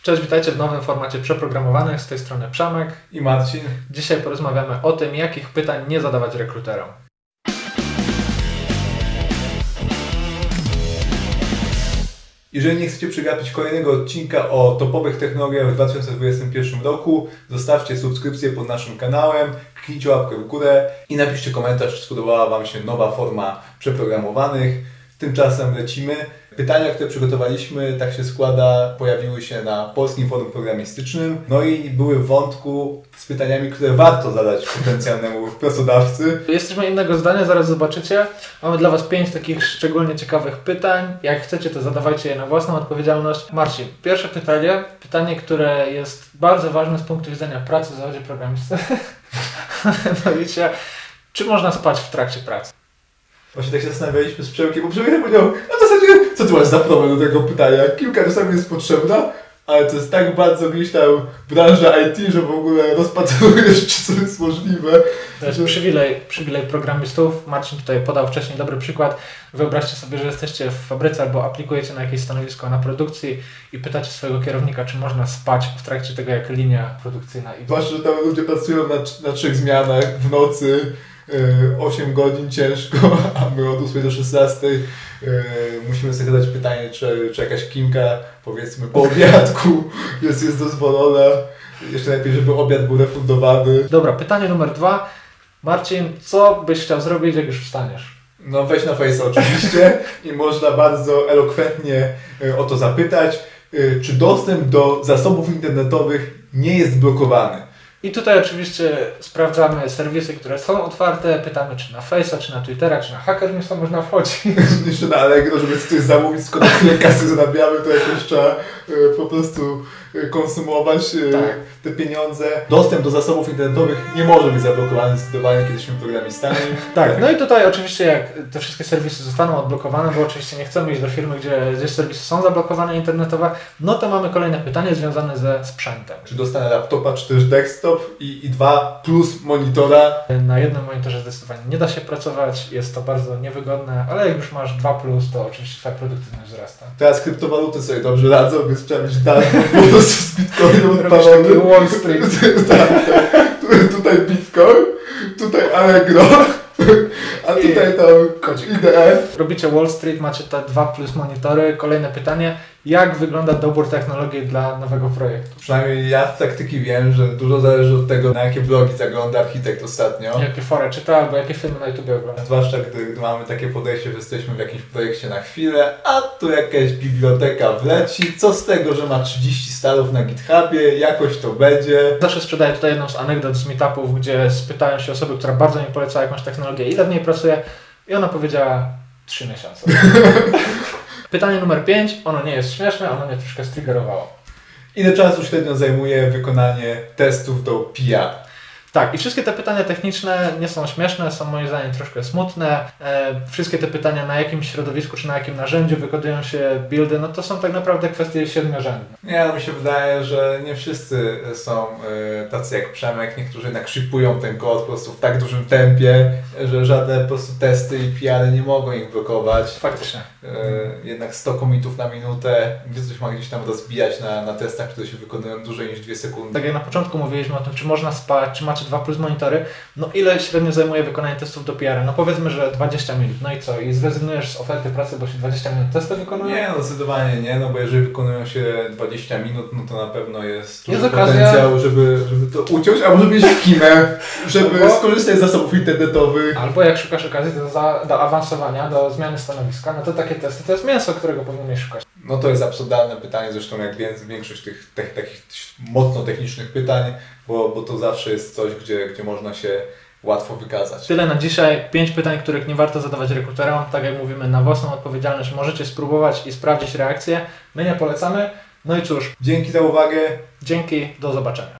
Cześć, witajcie w nowym formacie Przeprogramowanych. Z tej strony Przemek i Marcin. Dzisiaj porozmawiamy o tym, jakich pytań nie zadawać rekruterom. Jeżeli nie chcecie przegapić kolejnego odcinka o topowych technologiach w 2021 roku, zostawcie subskrypcję pod naszym kanałem, kliknijcie łapkę w górę i napiszcie komentarz, czy spodobała Wam się nowa forma Przeprogramowanych. Tymczasem lecimy. Pytania, które przygotowaliśmy, tak się składa, pojawiły się na Polskim Forum Programistycznym. No i były w wątku z pytaniami, które warto zadać potencjalnemu pracodawcy. Jesteśmy innego zdania, zaraz zobaczycie. Mamy dla Was 5 takich szczególnie ciekawych pytań. Jak chcecie, to zadawajcie je na własną odpowiedzialność. Marcin, pierwsze pytanie, które jest bardzo ważne z punktu widzenia pracy w zawodzie programisty. Mianowicie, czy można spać w trakcie pracy? Właśnie tak się zastanawialiśmy z Przemkiem, bo Przemek powiedział, a w zasadzie, co ty masz za problem do tego pytania? Kilka czasami jest potrzebna, ale to jest tak bardzo gdzieś tam branża IT, że w ogóle rozpatrujesz, czy to jest możliwe. To jest przywilej programistów. Marcin tutaj podał wcześniej dobry przykład. Wyobraźcie sobie, że jesteście w fabryce albo aplikujecie na jakieś stanowisko na produkcji i pytacie swojego kierownika, czy można spać w trakcie tego, jak linia produkcyjna idzie. Zwłaszcza, że tam ludzie pracują na 3 zmianach w nocy. 8 godzin ciężko, a my od 8 do 16 musimy sobie zadać pytanie, czy jakaś kimka, powiedzmy po obiadku jest dozwolona. Jeszcze lepiej, żeby obiad był refundowany. Dobra, pytanie numer 2. Marcin, co byś chciał zrobić, jak już wstaniesz? No weź na Face'a oczywiście i można bardzo elokwentnie o to zapytać, czy dostęp do zasobów internetowych nie jest blokowany. I tutaj oczywiście sprawdzamy serwisy, które są otwarte, pytamy, czy na Face'a, czy na Twittera, czy na Hacker Newsa można wchodzić. Jeszcze na Allegro, żeby coś zamówić, skoro tyle kasy zarabiamy, to jakoś trzeba po prostu konsumować te pieniądze. Dostęp do zasobów internetowych nie może być zablokowany zdecydowanie, kiedy jesteśmy programistami. Tak, no i tutaj oczywiście jak te wszystkie serwisy zostaną odblokowane, bo oczywiście nie chcemy iść do firmy, gdzie serwisy są zablokowane internetowe, no to mamy kolejne pytanie związane ze sprzętem. Czy dostanę laptopa, czy też desktop i 2 plus monitora? Na jednym monitorze zdecydowanie nie da się pracować, jest to bardzo niewygodne, ale jak już masz 2 plus, to oczywiście Twoja produktywność wzrasta. Teraz kryptowaluty sobie dobrze radzą, więc trzeba mieć dalej po prostu z Bitcoinem odpalony. Wall Street. Tak. Tutaj Bitcoin, tutaj Allegro, a tutaj tam IDE. Robicie Wall Street, macie te 2 plus monitory. Kolejne pytanie. Jak wygląda dobór technologii dla nowego projektu? Przynajmniej ja z praktyki wiem, że dużo zależy od tego, na jakie blogi zagląda architekt ostatnio. Jakie fory czyta, albo jakie filmy na YouTube ogląda. Zwłaszcza gdy mamy takie podejście, że jesteśmy w jakimś projekcie na chwilę, a tu jakaś biblioteka wleci. Co z tego, że ma 30 starów na GitHubie, jakoś to będzie. Zawsze sprzedaję tutaj jedną z anegdot z meetupów, gdzie spytałem się osoby, która bardzo mi polecała jakąś technologię, ile w niej pracuje, i ona powiedziała 3 miesiące. Pytanie numer 5, ono nie jest śmieszne, ono mnie troszkę striggerowało. Ile czasu średnio zajmuje wykonanie testów do PR? Tak, i wszystkie te pytania techniczne nie są śmieszne, są moim zdaniem troszkę smutne. Wszystkie te pytania, na jakim środowisku czy na jakim narzędziu wykonują się buildy, no to są tak naprawdę kwestie 7-rzędne. Nie, no mi się wydaje, że nie wszyscy są tacy jak Przemek. Niektórzy jednak shipują ten kod po prostu w tak dużym tempie, że żadne po prostu testy i PR nie mogą ich blokować. Faktycznie. Jednak 100 commitów na minutę, gdzie coś ma gdzieś tam rozbijać na testach, które się wykonują dłużej niż 2 sekundy. Tak jak na początku mówiliśmy o tym, czy można spać, czy macie 2 plus monitory, no ile średnio zajmuje wykonanie testów do PR? No powiedzmy, że 20 minut, no i co? I zrezygnujesz z oferty pracy, bo się 20 minut testy wykonuje? Nie, no zdecydowanie nie, no bo jeżeli wykonują się 20 minut, no to na pewno jest duży okazja, potencjał, żeby to uciąć, a może mieć w kimę, żeby skorzystać z zasobów internetowych. Albo jak szukasz okazji do awansowania, do zmiany stanowiska, no to takie testy to jest mięso, którego powinieneś szukać. No to jest absurdalne pytanie, zresztą jak większość tych takich mocno technicznych pytań, bo to zawsze jest coś, gdzie można się łatwo wykazać. Tyle na dzisiaj. 5 pytań, których nie warto zadawać rekruterom. Tak jak mówimy, na własną odpowiedzialność możecie spróbować i sprawdzić reakcję. My nie polecamy. No i cóż. Dzięki za uwagę. Dzięki, do zobaczenia.